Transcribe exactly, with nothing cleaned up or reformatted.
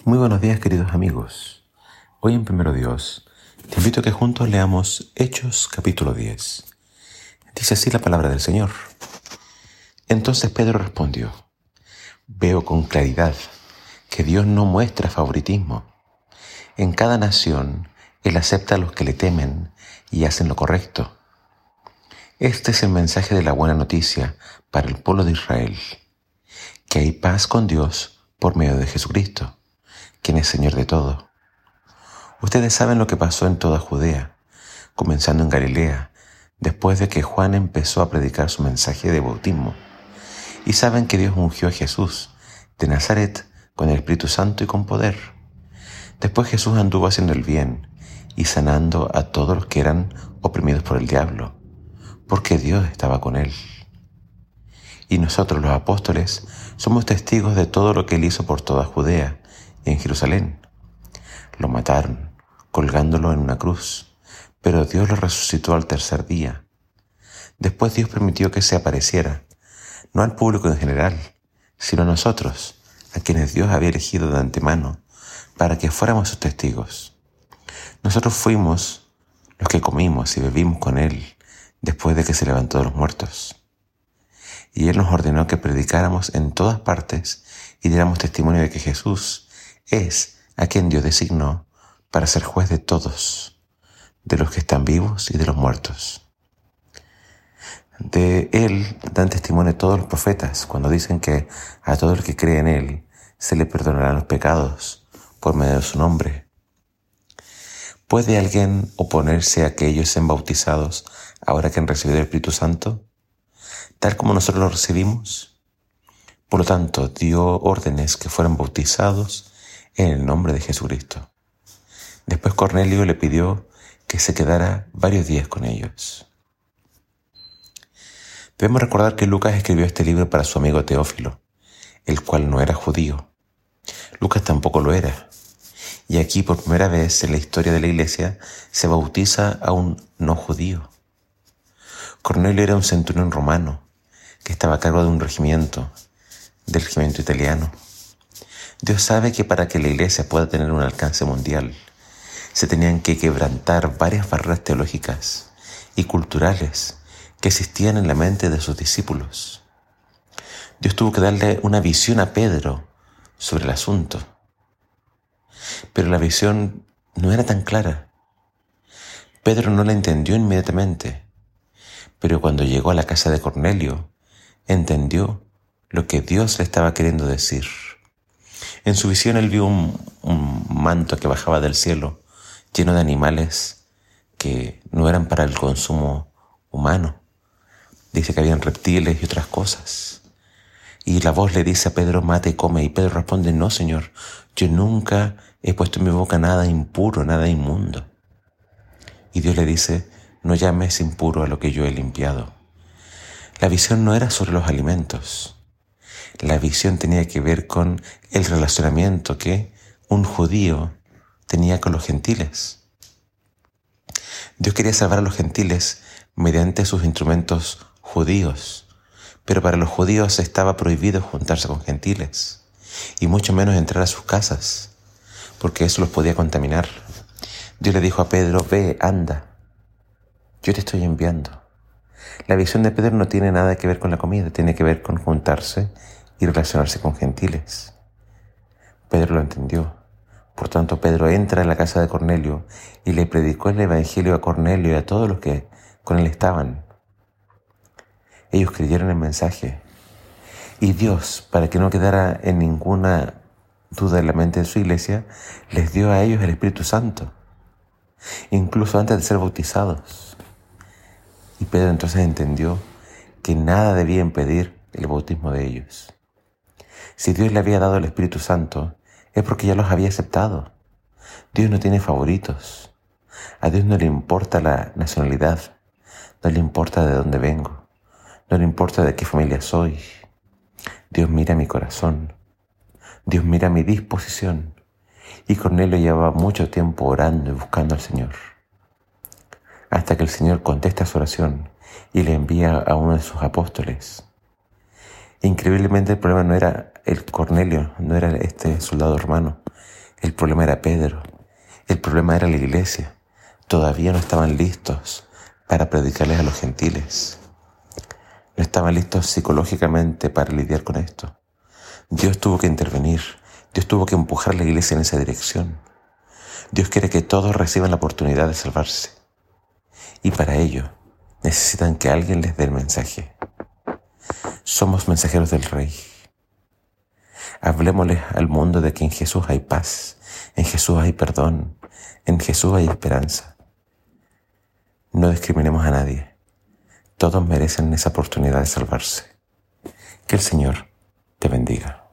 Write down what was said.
Muy buenos días, queridos amigos. Hoy en Primero Dios te invito a que juntos leamos Hechos capítulo diez. Dice así la palabra del Señor. Entonces Pedro respondió: Veo con claridad que Dios no muestra favoritismo. En cada nación Él acepta a los que le temen y hacen lo correcto. Este es el mensaje de la buena noticia para el pueblo de Israel, que hay paz con Dios por medio de Jesucristo, quien es Señor de todo. Ustedes saben lo que pasó en toda Judea, comenzando en Galilea, después de que Juan empezó a predicar su mensaje de bautismo. Y saben que Dios ungió a Jesús de Nazaret con el Espíritu Santo y con poder. Después Jesús anduvo haciendo el bien y sanando a todos los que eran oprimidos por el diablo, porque Dios estaba con él. Y nosotros los apóstoles somos testigos de todo lo que él hizo por toda Judea y en Jerusalén. Lo mataron, colgándolo en una cruz, pero Dios lo resucitó al tercer día. Después Dios permitió que se apareciera, no al público en general, sino a nosotros, a quienes Dios había elegido de antemano, para que fuéramos sus testigos. Nosotros fuimos los que comimos y bebimos con él después de que se levantó de los muertos. Y él nos ordenó que predicáramos en todas partes y diéramos testimonio de que Jesús es a quien Dios designó para ser juez de todos, de los que están vivos y de los muertos. De él dan testimonio todos los profetas cuando dicen que a todo el que cree en él se le perdonarán los pecados por medio de su nombre. ¿Puede alguien oponerse a que ellos sean bautizados ahora que han recibido el Espíritu Santo, tal como nosotros lo recibimos? Por lo tanto, dio órdenes que fueran bautizados en el nombre de Jesucristo. Después Cornelio le pidió que se quedara varios días con ellos. Debemos recordar que Lucas escribió este libro para su amigo Teófilo, el cual no era judío. Lucas tampoco lo era. Y aquí por primera vez en la historia de la iglesia se bautiza a un no judío. Cornelio era un centurión romano que estaba a cargo de un regimiento, del regimiento italiano. Dios sabe que para que la iglesia pueda tener un alcance mundial, se tenían que quebrantar varias barreras teológicas y culturales que existían en la mente de sus discípulos. Dios tuvo que darle una visión a Pedro sobre el asunto. Pero la visión no era tan clara. Pedro no la entendió inmediatamente, pero cuando llegó a la casa de Cornelio, entendió lo que Dios le estaba queriendo decir. En su visión él vio un, un manto que bajaba del cielo, lleno de animales que no eran para el consumo humano. Dice que habían reptiles y otras cosas. Y la voz le dice a Pedro: mata y come. Y Pedro responde: no, Señor, yo nunca he puesto en mi boca nada impuro, nada inmundo. Y Dios le dice: no llames impuro a lo que yo he limpiado. La visión no era sobre los alimentos. La visión tenía que ver con el relacionamiento que un judío tenía con los gentiles. Dios quería salvar a los gentiles mediante sus instrumentos judíos, pero para los judíos estaba prohibido juntarse con gentiles, y mucho menos entrar a sus casas, porque eso los podía contaminar. Dios le dijo a Pedro: ve, anda, yo te estoy enviando. La visión de Pedro no tiene nada que ver con la comida, tiene que ver con juntarse y relacionarse con gentiles. Pedro lo entendió. Por tanto, Pedro entra en la casa de Cornelio y le predicó el evangelio a Cornelio y a todos los que con él estaban. Ellos creyeron el mensaje. Y Dios, para que no quedara en ninguna duda en la mente de su iglesia, les dio a ellos el Espíritu Santo, incluso antes de ser bautizados. Y Pedro entonces entendió que nada debía impedir el bautismo de ellos. Si Dios le había dado el Espíritu Santo, es porque ya los había aceptado. Dios no tiene favoritos. A Dios no le importa la nacionalidad, no le importa de dónde vengo, no le importa de qué familia soy. Dios mira mi corazón, Dios mira mi disposición. Y Cornelio llevaba mucho tiempo orando y buscando al Señor, hasta que el Señor contesta su oración y le envía a uno de sus apóstoles. Increíblemente el problema no era el Cornelio, no era este soldado romano. El problema era Pedro. El problema era la iglesia. Todavía no estaban listos para predicarles a los gentiles. No estaban listos psicológicamente para lidiar con esto. Dios tuvo que intervenir. Dios tuvo que empujar a la iglesia en esa dirección. Dios quiere que todos reciban la oportunidad de salvarse. Y para ello necesitan que alguien les dé el mensaje. Somos mensajeros del Rey. Hablemosles al mundo de que en Jesús hay paz, en Jesús hay perdón, en Jesús hay esperanza. No discriminemos a nadie. Todos merecen esa oportunidad de salvarse. Que el Señor te bendiga.